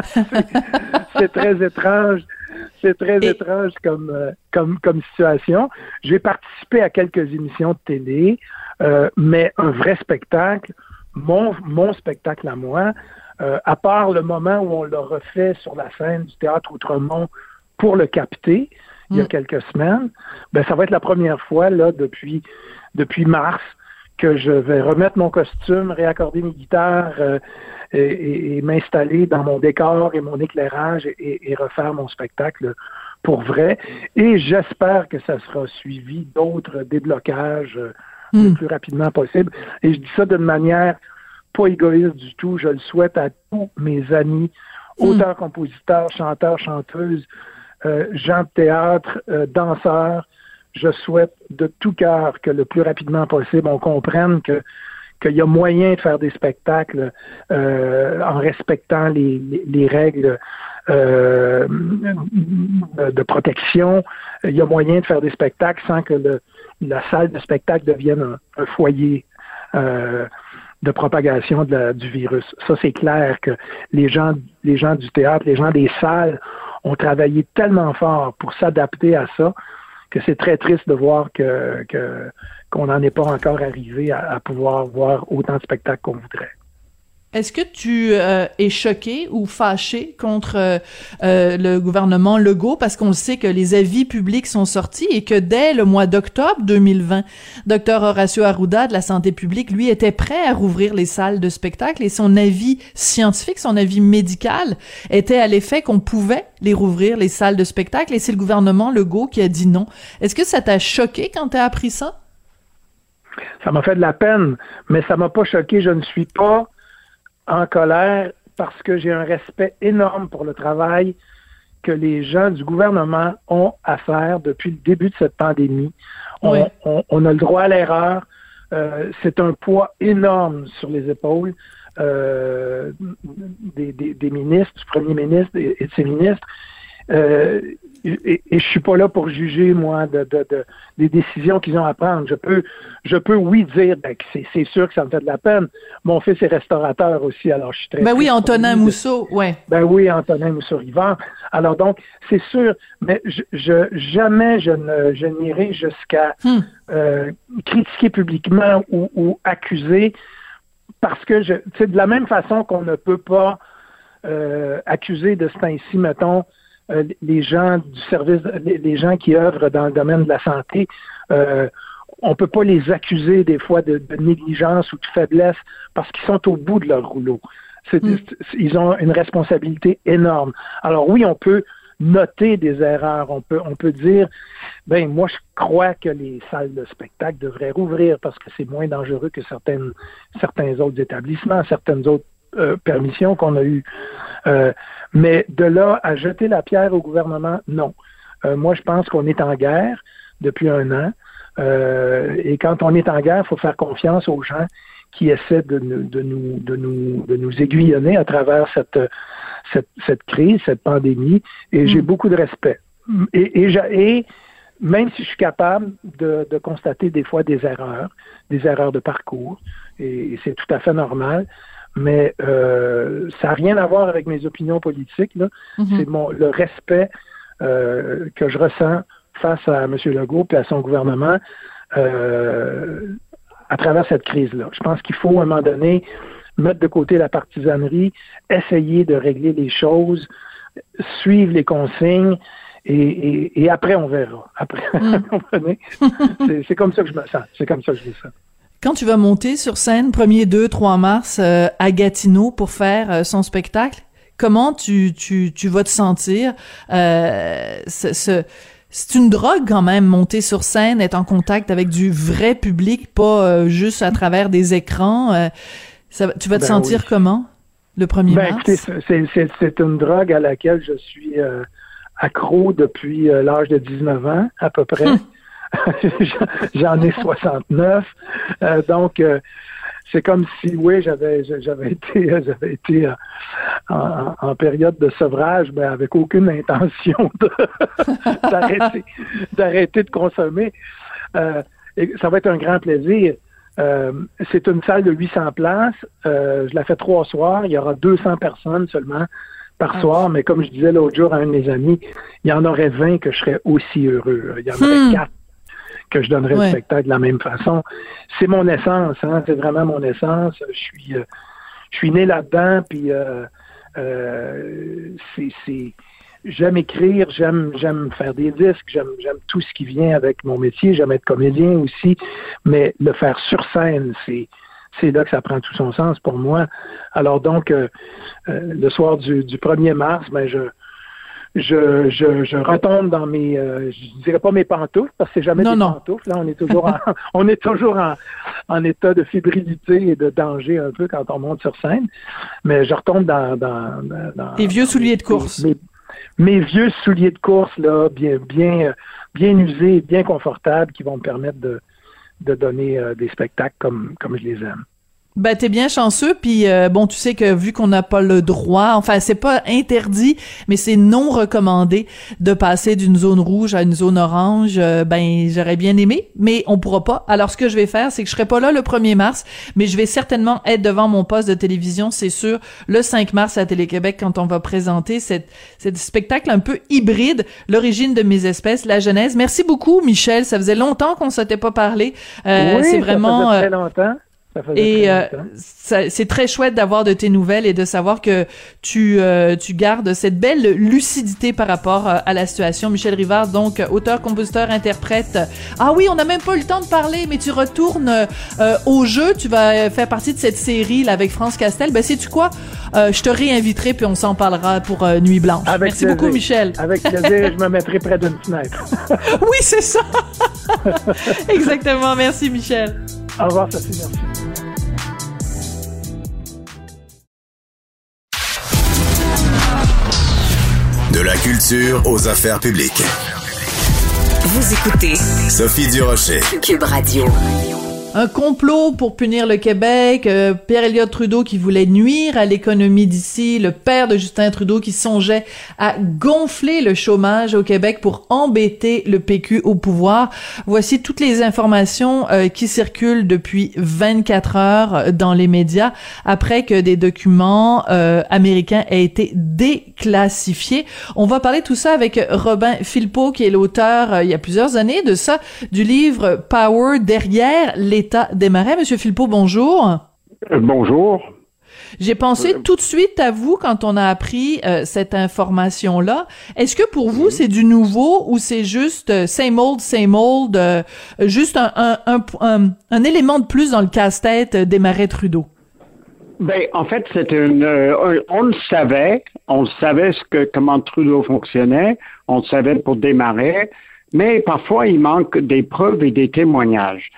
C'est très étrange. C'est très étrange comme situation. J'ai participé à quelques émissions de télé, mais un vrai spectacle, mon spectacle à moi, à part le moment où on l'a refait sur la scène du Théâtre Outremont pour le capter, il y a quelques semaines, ben ça va être la première fois là depuis mars que je vais remettre mon costume, réaccorder mes guitares et m'installer dans mon décor et mon éclairage et refaire mon spectacle pour vrai. Et j'espère que ça sera suivi d'autres déblocages le plus rapidement possible. Et je dis ça d'une manière pas égoïste du tout. Je le souhaite à tous mes amis, auteurs, compositeurs, chanteurs, chanteuses, gens de théâtre, danseurs. Je souhaite de tout cœur que le plus rapidement possible, on comprenne qu'il y a moyen de faire des spectacles en respectant les règles de protection. Il y a moyen de faire des spectacles sans que la salle de spectacle devienne un foyer de propagation du virus. Ça, c'est clair que les gens du théâtre, les gens des salles ont travaillé tellement fort pour s'adapter à ça que c'est très triste de voir qu'on n'en est pas encore arrivé à pouvoir voir autant de spectacles qu'on voudrait. Est-ce que tu es choqué ou fâché contre le gouvernement Legault parce qu'on sait que les avis publics sont sortis et que dès le mois d'octobre 2020, Dr Horacio Arruda de la santé publique, lui, était prêt à rouvrir les salles de spectacle et son avis scientifique, son avis médical était à l'effet qu'on pouvait les rouvrir, les salles de spectacle, et c'est le gouvernement Legault qui a dit non. Est-ce que ça t'a choqué quand t'as appris ça? Ça m'a fait de la peine, mais ça m'a pas choqué. Je ne suis pas en colère parce que j'ai un respect énorme pour le travail que les gens du gouvernement ont à faire depuis le début de cette pandémie. Oui. On a le droit à l'erreur. C'est un poids énorme sur les épaules des ministres, du premier ministre et de ses ministres. Et je suis pas là pour juger, moi, des décisions qu'ils ont à prendre. Je peux oui, dire que c'est sûr que ça me fait de la peine. Mon fils est restaurateur aussi, alors je suis très... Ben oui, Antonin Mousseau, ouais. Ben oui, Antonin Mousseau-Rivard. Alors donc, c'est sûr, mais jamais je n'irai jusqu'à critiquer publiquement ou accuser, parce que de la même façon qu'on ne peut pas accuser de ce temps-ci, mettons, les gens du service, les gens qui œuvrent dans le domaine de la santé, on peut pas les accuser des fois de négligence ou de faiblesse parce qu'ils sont au bout de leur rouleau. Ils ont une responsabilité énorme. Alors oui, on peut noter des erreurs, on peut dire, moi je crois que les salles de spectacle devraient rouvrir parce que c'est moins dangereux que certains autres établissements, certaines autres permissions qu'on a eues. Mais de là à jeter la pierre au gouvernement, non. Moi, je pense qu'on est en guerre depuis 1 an. Et quand on est en guerre, il faut faire confiance aux gens qui essaient de nous aiguillonner à travers cette crise, cette pandémie. Et j'ai beaucoup de respect. Et même si je suis capable de constater des fois des erreurs de parcours, et c'est tout à fait normal, mais ça n'a rien à voir avec mes opinions politiques, là. C'est le respect que je ressens face à M. Legault et à son gouvernement à travers cette crise-là. Je pense qu'il faut, à un moment donné, mettre de côté la partisanerie, essayer de régler les choses, suivre les consignes, et après, on verra. Après, comprenez? C'est comme ça que je me sens. C'est comme ça que je me sens. Quand tu vas monter sur scène 1er, 2, 3 mars à Gatineau pour faire son spectacle, comment tu vas te sentir? C'est une drogue quand même, monter sur scène, être en contact avec du vrai public, pas juste à travers des écrans. Tu vas te sentir comment le 1er mars? Écoutez, c'est une drogue à laquelle je suis accro depuis l'âge de 19 ans, à peu près. J'en ai 69. Donc, c'est comme si, oui, j'avais été en période de sevrage, mais avec aucune intention d'arrêter de consommer. Et ça va être un grand plaisir. C'est une salle de 800 places. Je la fais 3 soirs. Il y aura 200 personnes seulement par soir. Mais comme je disais l'autre jour à un de mes amis, il y en aurait 20 que je serais aussi heureux. Il y en aurait 4 que je donnerais le spectacle de la même façon. C'est mon essence, hein, c'est vraiment mon essence. Je suis né là-dedans, puis j'aime écrire, j'aime faire des disques, j'aime tout ce qui vient avec mon métier, j'aime être comédien aussi, mais le faire sur scène, c'est là que ça prend tout son sens pour moi. Alors donc, le soir du 1er mars, je retombe dans mes, je dirais pas mes pantoufles, parce que c'est jamais des pantoufles. Là, on est toujours en état de fébrilité et de danger un peu quand on monte sur scène. Mais je retombe dans tes vieux souliers de course. Mes vieux souliers de course, là, bien usés, bien confortables, qui vont me permettre de donner des spectacles comme je les aime. Ben, t'es bien chanceux, puis bon, tu sais que vu qu'on n'a pas le droit, enfin, c'est pas interdit, mais c'est non recommandé de passer d'une zone rouge à une zone orange, ben, j'aurais bien aimé, mais on pourra pas. Alors, ce que je vais faire, c'est que je serai pas là le 1er mars, mais je vais certainement être devant mon poste de télévision, c'est sûr, le 5 mars à Télé-Québec, quand on va présenter cette spectacle un peu hybride, l'origine de mes espèces, la genèse. Merci beaucoup, Michel, ça faisait longtemps qu'on s'était pas parlé. Oui, c'est vraiment... ça faisait très longtemps. Et c'est très chouette d'avoir de tes nouvelles et de savoir que tu gardes cette belle lucidité par rapport à la situation. Michel Rivard, donc auteur, compositeur, interprète. Ah oui, on n'a même pas eu le temps de parler, mais tu retournes au jeu. Tu vas faire partie de cette série là avec France Castel. Ben sais-tu quoi? Je te réinviterai puis on s'en parlera pour Nuit Blanche. Merci beaucoup, Michel. Avec plaisir, je me mettrai près d'une fenêtre. Oui, c'est ça. Exactement. Merci, Michel. Au revoir, Sophie. Merci. De la culture aux affaires publiques. Vous écoutez Sophie Durocher. Cube Radio. Un complot pour punir le Québec, Pierre-Éliott Trudeau qui voulait nuire à l'économie d'ici, le père de Justin Trudeau qui songeait à gonfler le chômage au Québec pour embêter le PQ au pouvoir. Voici toutes les informations qui circulent depuis 24 heures dans les médias après que des documents américains aient été déclassifiés. On va parler de tout ça avec Robin Philpot qui est l'auteur, il y a plusieurs années de ça, du livre Power derrière l'État des marais. Monsieur Philpot, bonjour. Bonjour. J'ai pensé tout de suite à vous quand on a appris cette information-là. Est-ce que pour vous, c'est du nouveau ou c'est juste same old, juste un élément de plus dans le casse-tête des marais Trudeau? Ben, en fait, c'est on le savait comment Trudeau fonctionnait, on le savait pour démarrer, mais parfois il manque des preuves et des témoignages.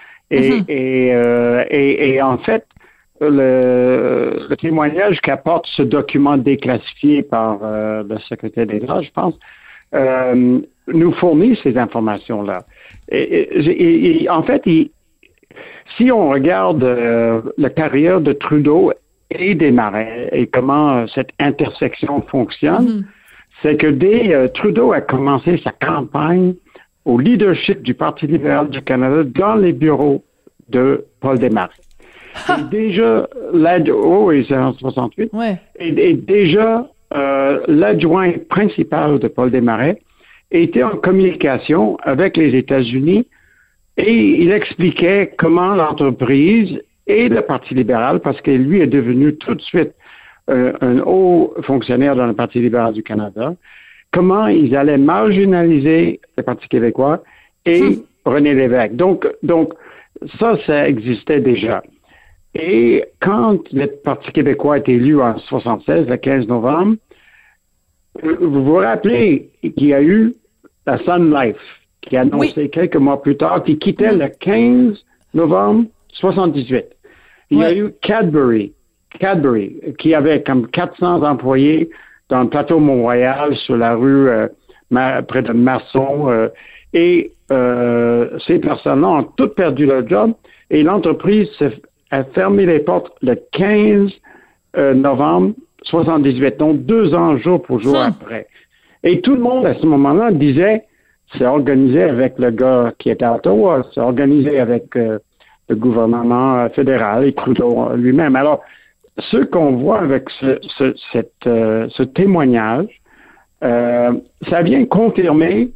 Et en fait, le témoignage qu'apporte ce document déclassifié par le secrétaire d'État, je pense, nous fournit ces informations-là. en fait, si on regarde la carrière de Trudeau et des Marais et comment cette intersection fonctionne, c'est que Trudeau a commencé sa campagne au leadership du Parti libéral du Canada dans les bureaux de Paul Desmarais. Et déjà, c'est en 68, et déjà, l'adjoint principal de Paul Desmarais était en communication avec les États-Unis et il expliquait comment l'entreprise et le Parti libéral, parce que lui est devenu tout de suite un haut fonctionnaire dans le Parti libéral du Canada, comment ils allaient marginaliser le Parti québécois et René Lévesque. Donc, ça existait déjà. Et quand le Parti québécois a été élu en 76, le 15 novembre, vous vous rappelez qu'il y a eu la Sun Life, qui a annoncé quelques mois plus tard qu'il quittait le 15 novembre 78. Il y a eu Cadbury, qui avait comme 400 employés dans le plateau Mont-Royal, sur la rue près de Masson, et ces personnes-là ont toutes perdu leur job, et l'entreprise a fermé les portes le 15 novembre 78, donc 2 ans jour pour jour après. Et tout le monde, à ce moment-là, disait, c'est organisé avec le gars qui était à Ottawa, c'est organisé avec le gouvernement fédéral et Trudeau lui-même. Alors, ce qu'on voit avec ce témoignage, ça vient confirmer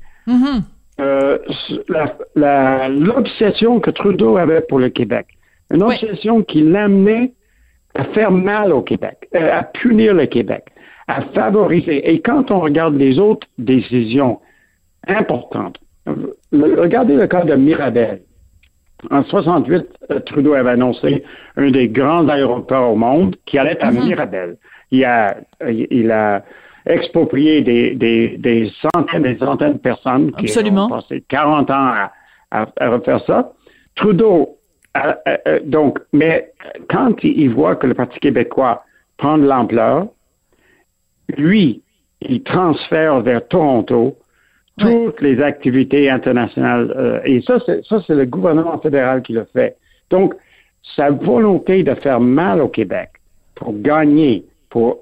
l'obsession que Trudeau avait pour le Québec. Une obsession qui l'amenait à faire mal au Québec, à punir le Québec, à favoriser. Et quand on regarde les autres décisions importantes, regardez le cas de Mirabel. En 68, Trudeau avait annoncé un des grands aéroports au monde qui allait à Mirabel. Il a exproprié des centaines et des centaines de personnes qui ont passé 40 ans à refaire ça. Trudeau, mais quand il voit que le Parti québécois prend de l'ampleur, lui, il transfère vers Toronto toutes les activités internationales. Et ça, c'est le gouvernement fédéral qui le fait. Donc, sa volonté de faire mal au Québec pour gagner, pour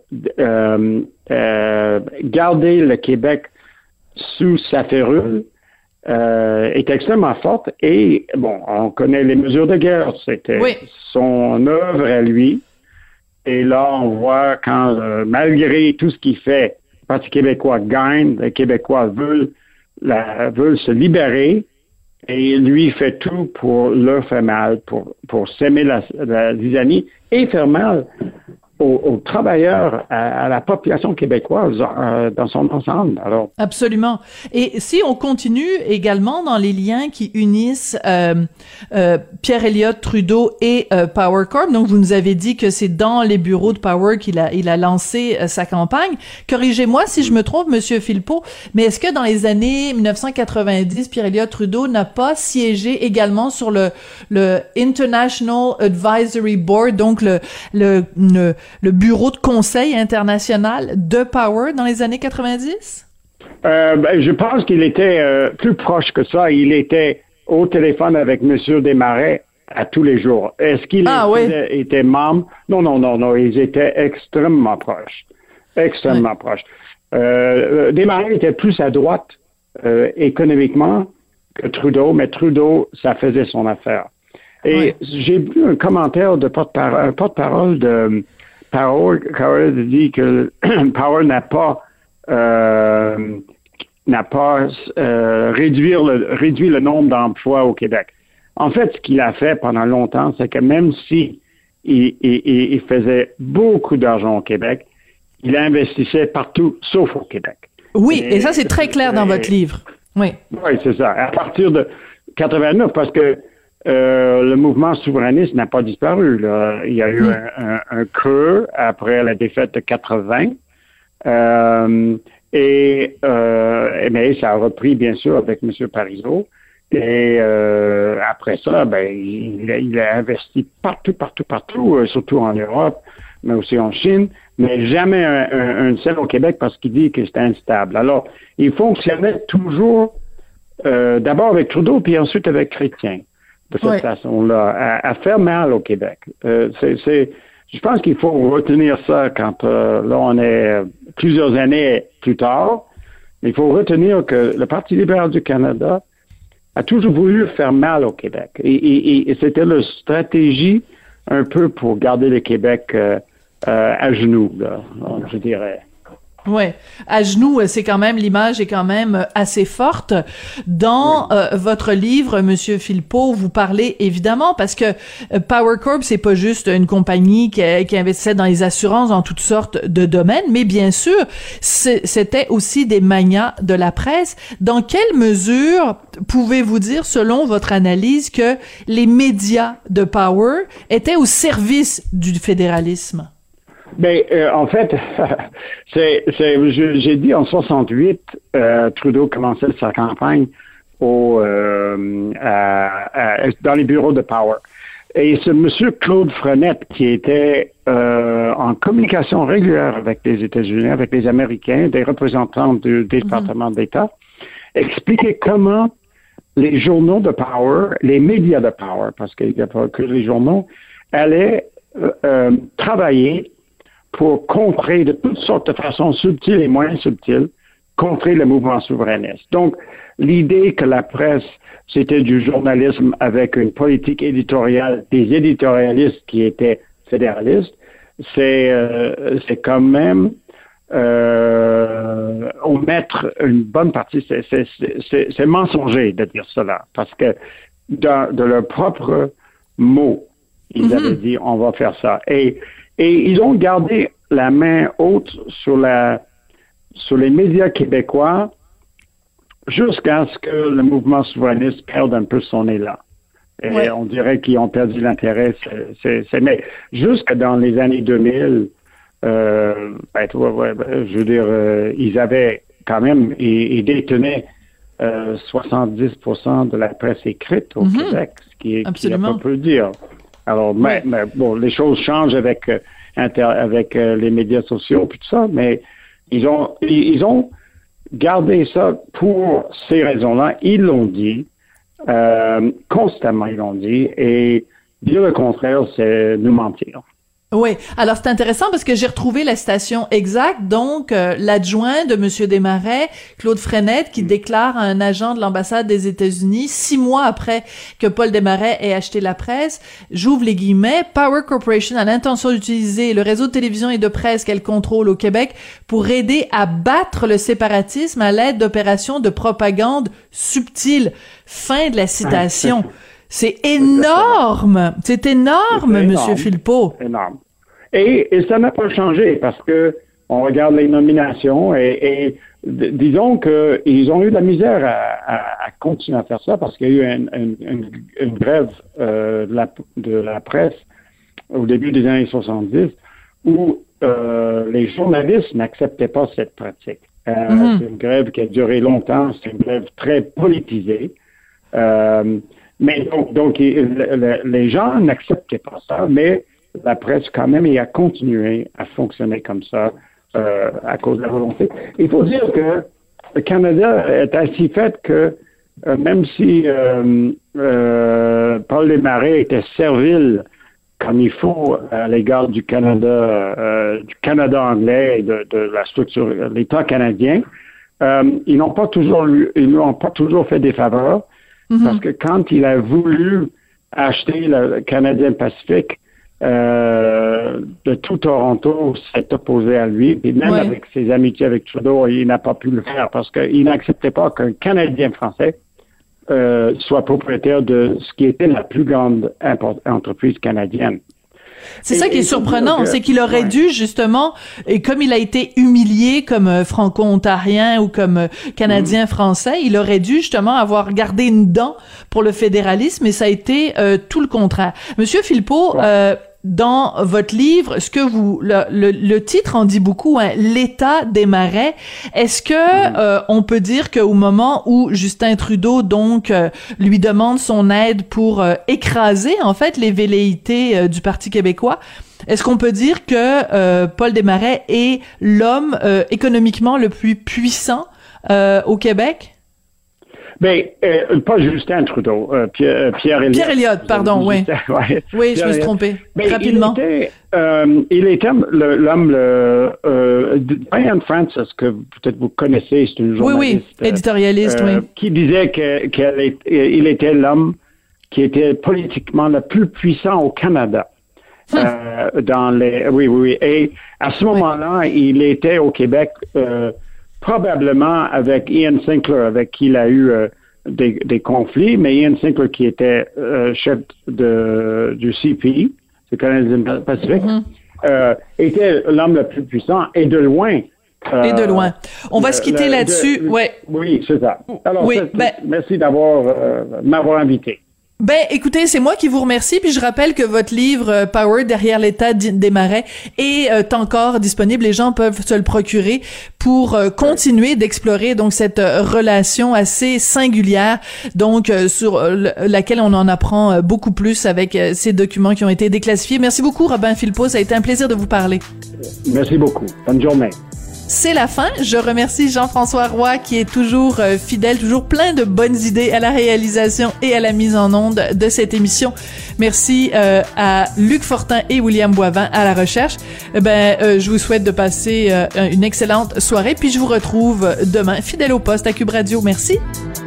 garder le Québec sous sa férule, est extrêmement forte. Et, bon, on connaît les mesures de guerre. C'était son œuvre à lui. Et là, on voit quand, malgré tout ce qu'il fait, le Parti québécois gagne, les Québécois veulent se libérer, et lui fait tout pour leur faire mal, pour s'aimer la zizanie et faire mal aux travailleurs, à la population québécoise dans son ensemble. Alors, absolument. Et si on continue également dans les liens qui unissent Pierre Elliott Trudeau et Power Corp, donc vous nous avez dit que c'est dans les bureaux de Power qu'il a lancé sa campagne. Corrigez-moi si je me trompe, Monsieur Philpot, mais est-ce que dans les années 1990, Pierre Elliott Trudeau n'a pas siégé également sur le International Advisory Board, donc le bureau de conseil international de Power dans les années 90? Je pense qu'il était plus proche que ça. Il était au téléphone avec M. Desmarais à tous les jours. Est-ce qu'il était membre? Non. Ils étaient extrêmement proches. Extrêmement proches. Desmarais était plus à droite économiquement que Trudeau, mais Trudeau, ça faisait son affaire. Et j'ai lu un commentaire de porte-parole de Power dit que Power n'a pas réduit le nombre d'emplois au Québec. En fait, ce qu'il a fait pendant longtemps, c'est que même si il faisait beaucoup d'argent au Québec, il investissait partout, sauf au Québec. Oui, et ça, c'est très clair dans votre livre. Oui, c'est ça. À partir de 89, parce que le mouvement souverainiste n'a pas disparu. Là. Il y a eu un creux après la défaite de 80, mais ça a repris bien sûr avec M. Parizeau. Et après ça, il a investi partout, surtout en Europe, mais aussi en Chine, mais jamais un seul au Québec parce qu'il dit que c'était instable. Alors, il fonctionnait toujours d'abord avec Trudeau, puis ensuite avec Chrétien, de cette façon-là, à faire mal au Québec. Je pense qu'il faut retenir ça quand là on est plusieurs années plus tard. Il faut retenir que le Parti libéral du Canada a toujours voulu faire mal au Québec. Et c'était leur stratégie un peu pour garder le Québec à genoux, là, je dirais. Ouais, à genoux, c'est quand même, l'image est quand même assez forte. Dans votre livre, Monsieur Philpot, vous parlez évidemment, parce que Power Corp, c'est pas juste une compagnie qui investissait dans les assurances dans toutes sortes de domaines, mais bien sûr, c'était aussi des magnats de la presse. Dans quelle mesure pouvez-vous dire, selon votre analyse, que les médias de Power étaient au service du fédéralisme? Ben, en fait, j'ai dit en 68, Trudeau commençait sa campagne dans les bureaux de Power. Et c'est monsieur Claude Frenette qui était en communication régulière avec les États-Unis, avec les Américains, des représentants des départements d'État, expliquait comment les journaux de Power, les médias de Power, parce qu'il n'y a pas que les journaux, allaient travailler pour contrer de toutes sortes de façons subtiles et moins subtiles, contrer le mouvement souverainiste. Donc, l'idée que la presse, c'était du journalisme avec une politique éditoriale, des éditorialistes qui étaient fédéralistes, c'est quand même omettre une bonne partie, c'est mensonger de dire cela, parce que de leurs propres mots, ils avaient dit on va faire ça. Et ils ont gardé la main haute sur les médias québécois jusqu'à ce que le mouvement souverainiste perde un peu son élan. Et on dirait qu'ils ont perdu l'intérêt. Mais jusque dans les années 2000, je veux dire, ils avaient quand même, ils détenaient 70% de la presse écrite au Québec, ce qui est pas peu dire. Alors, mais bon, les choses changent avec les médias sociaux puis tout ça, mais ils ont gardé ça pour ces raisons-là. Ils l'ont dit, constamment ils l'ont dit, et dire le contraire, c'est nous mentir. Oui. Alors, c'est intéressant parce que j'ai retrouvé la citation exacte. Donc, l'adjoint de Monsieur Desmarais, Claude Frenette, qui déclare à un agent de l'ambassade des États-Unis, 6 mois après que Paul Desmarais ait acheté la presse, j'ouvre les guillemets, Power Corporation a l'intention d'utiliser le réseau de télévision et de presse qu'elle contrôle au Québec pour aider à battre le séparatisme à l'aide d'opérations de propagande subtiles. Fin de la citation. C'est énorme! C'est énorme, Monsieur Philpot. Énorme. Et ça n'a pas changé parce que on regarde les nominations et disons qu'ils ont eu de la misère à continuer à faire ça parce qu'il y a eu une grève de la presse au début des années 70 où les journalistes n'acceptaient pas cette pratique. C'est une grève qui a duré longtemps, c'est une grève très politisée. Mais donc les gens n'acceptaient pas ça, mais la presse quand même a continué à fonctionner comme ça à cause de la volonté. Il faut dire que le Canada est ainsi fait que même si Paul Desmarais était servile comme il faut à l'égard du Canada anglais et de la structure, l'État canadien, ils n'ont pas toujours fait des faveurs. Parce que quand il a voulu acheter le Canadien Pacifique, de tout Toronto s'est opposé à lui. Et même avec ses amitiés avec Trudeau, il n'a pas pu le faire parce qu'il n'acceptait pas qu'un Canadien français soit propriétaire de ce qui était la plus grande entreprise canadienne. C'est ça qui est surprenant, c'est qu'il aurait dû justement, et comme il a été humilié comme franco-ontarien ou comme canadien-français, il aurait dû justement avoir gardé une dent pour le fédéralisme, et ça a été tout le contraire. Monsieur Philpot, dans votre livre, ce que le titre en dit beaucoup, hein, l'État Desmarais. Est-ce que on peut dire qu'au moment où Justin Trudeau donc lui demande son aide pour écraser en fait les velléités du Parti québécois, est-ce qu'on peut dire que Paul Desmarais est l'homme économiquement le plus puissant au Québec? Ben, pas Justin Trudeau, Pierre Elliott. Pierre Elliott, pardon, oui. Ouais. Oui, je me suis trompé. Ben, rapidement. Il était l'homme, Dianne Francis, que peut-être vous connaissez, c'est une journaliste. Oui, éditorialiste, oui. Qui disait qu'il était l'homme qui était politiquement le plus puissant au Canada. Oui. Et à ce moment-là, il était au Québec, probablement avec Ian Sinclair, avec qui il a eu des conflits, mais Ian Sinclair, qui était chef du CP, le Canadien Pacifique, était l'homme le plus puissant et de loin. On va se quitter là-dessus. Oui, c'est ça. Alors, oui, merci m'avoir invité. Ben, écoutez, c'est moi qui vous remercie, puis je rappelle que votre livre Power derrière l'État des Marais est encore disponible. Les gens peuvent se le procurer pour continuer d'explorer donc cette relation assez singulière, donc sur laquelle on en apprend beaucoup plus avec ces documents qui ont été déclassifiés. Merci beaucoup, Robin Philpott. Ça a été un plaisir de vous parler. Merci beaucoup. Bonne journée. C'est la fin. Je remercie Jean-François Roy qui est toujours fidèle, toujours plein de bonnes idées à la réalisation et à la mise en onde de cette émission. Merci à Luc Fortin et William Boivin à la recherche. Je vous souhaite de passer une excellente soirée, puis je vous retrouve demain, fidèle au poste à Cube Radio. Merci.